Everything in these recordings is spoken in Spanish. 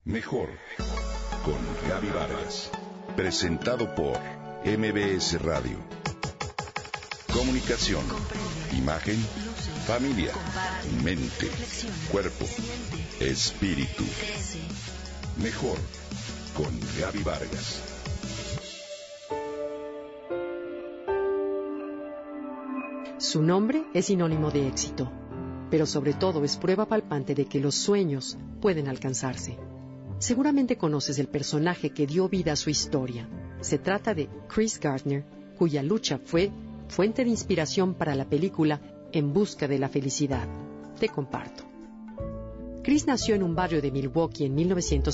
Mejor con Gaby Vargas. Presentado por MBS Radio. Comunicación, imagen, familia, mente, cuerpo, espíritu. Mejor con Gaby Vargas. Su nombre es sinónimo de éxito, pero sobre todo es prueba palpante de que los sueños pueden alcanzarse. Seguramente conoces el personaje que dio vida a su historia. Se trata de Chris Gardner, cuya lucha fue fuente de inspiración para la película En busca de la felicidad. Te comparto. Chris nació en un barrio de Milwaukee en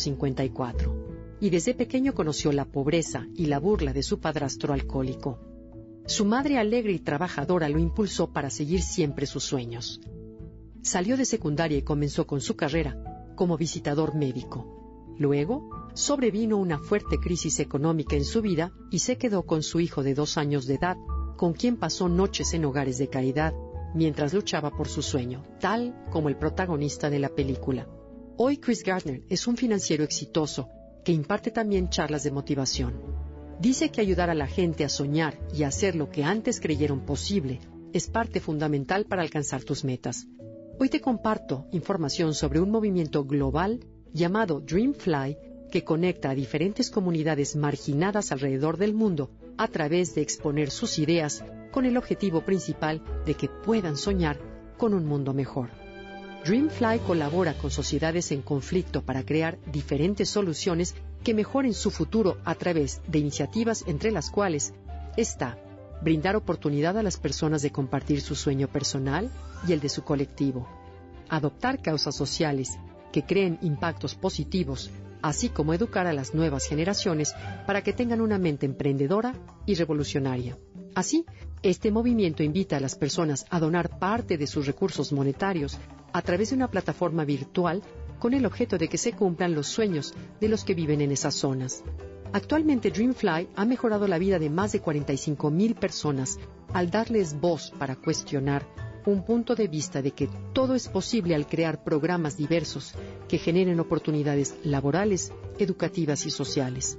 1954 y desde pequeño conoció la pobreza y la burla de su padrastro alcohólico. Su madre alegre y trabajadora lo impulsó para seguir siempre sus sueños. Salió de secundaria y comenzó con su carrera como visitador médico. Luego, sobrevino una fuerte crisis económica en su vida y se quedó con su hijo de 2 años de edad, con quien pasó noches en hogares de caridad mientras luchaba por su sueño, tal como el protagonista de la película. Hoy Chris Gardner es un financiero exitoso que imparte también charlas de motivación. Dice que ayudar a la gente a soñar y a hacer lo que antes creyeron posible es parte fundamental para alcanzar tus metas. Hoy te comparto información sobre un movimiento global llamado Dreamfly, que conecta a diferentes comunidades marginadas alrededor del mundo a través de exponer sus ideas con el objetivo principal de que puedan soñar con un mundo mejor. Dreamfly colabora con sociedades en conflicto para crear diferentes soluciones que mejoren su futuro a través de iniciativas entre las cuales está brindar oportunidad a las personas de compartir su sueño personal y el de su colectivo, adoptar causas sociales que creen impactos positivos, así como educar a las nuevas generaciones para que tengan una mente emprendedora y revolucionaria. Así, este movimiento invita a las personas a donar parte de sus recursos monetarios a través de una plataforma virtual con el objeto de que se cumplan los sueños de los que viven en esas zonas. Actualmente Dreamfly ha mejorado la vida de más de 45,000 personas al darles voz para cuestionar un punto de vista de que todo es posible al crear programas diversos que generen oportunidades laborales, educativas y sociales.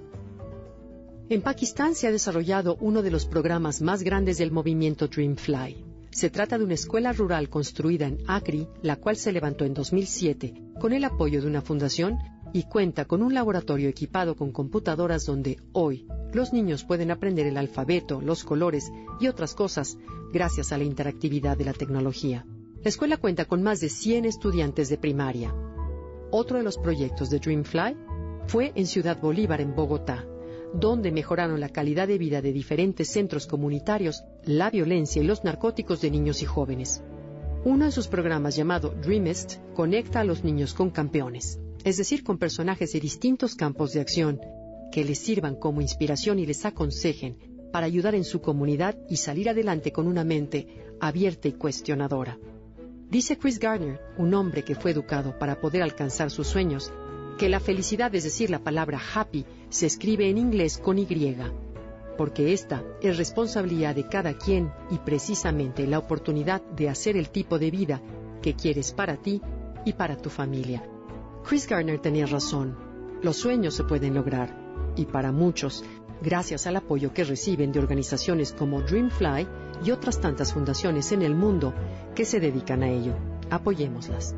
En Pakistán se ha desarrollado uno de los programas más grandes del movimiento Dreamfly. Se trata de una escuela rural construida en Acri, la cual se levantó en 2007 con el apoyo de una fundación y cuenta con un laboratorio equipado con computadoras donde hoy los niños pueden aprender el alfabeto, los colores y otras cosas gracias a la interactividad de la tecnología. La escuela cuenta con más de 100 estudiantes de primaria. Otro de los proyectos de Dreamfly fue en Ciudad Bolívar, en Bogotá, donde mejoraron la calidad de vida de diferentes centros comunitarios, la violencia y los narcóticos de niños y jóvenes. Uno de sus programas, llamado Dreamist, conecta a los niños con campeones, es decir, con personajes de distintos campos de acción, que les sirvan como inspiración y les aconsejen para ayudar en su comunidad y salir adelante con una mente abierta y cuestionadora. Dice Chris Gardner, un hombre que fue educado para poder alcanzar sus sueños, que la felicidad, es decir, la palabra happy, se escribe en inglés con Y, porque esta es responsabilidad de cada quien y precisamente la oportunidad de hacer el tipo de vida que quieres para ti y para tu familia. Chris Gardner tenía razón, los sueños se pueden lograr, y para muchos, gracias al apoyo que reciben de organizaciones como Dreamfly y otras tantas fundaciones en el mundo que se dedican a ello. Apoyémoslas.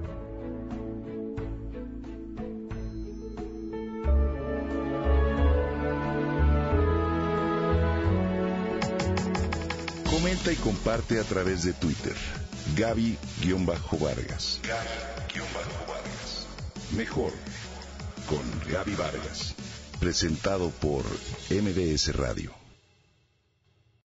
Comenta y comparte a través de Twitter. Gaby-Vargas. Gaby-Vargas. Mejor con Gaby Vargas. Presentado por MBS Radio.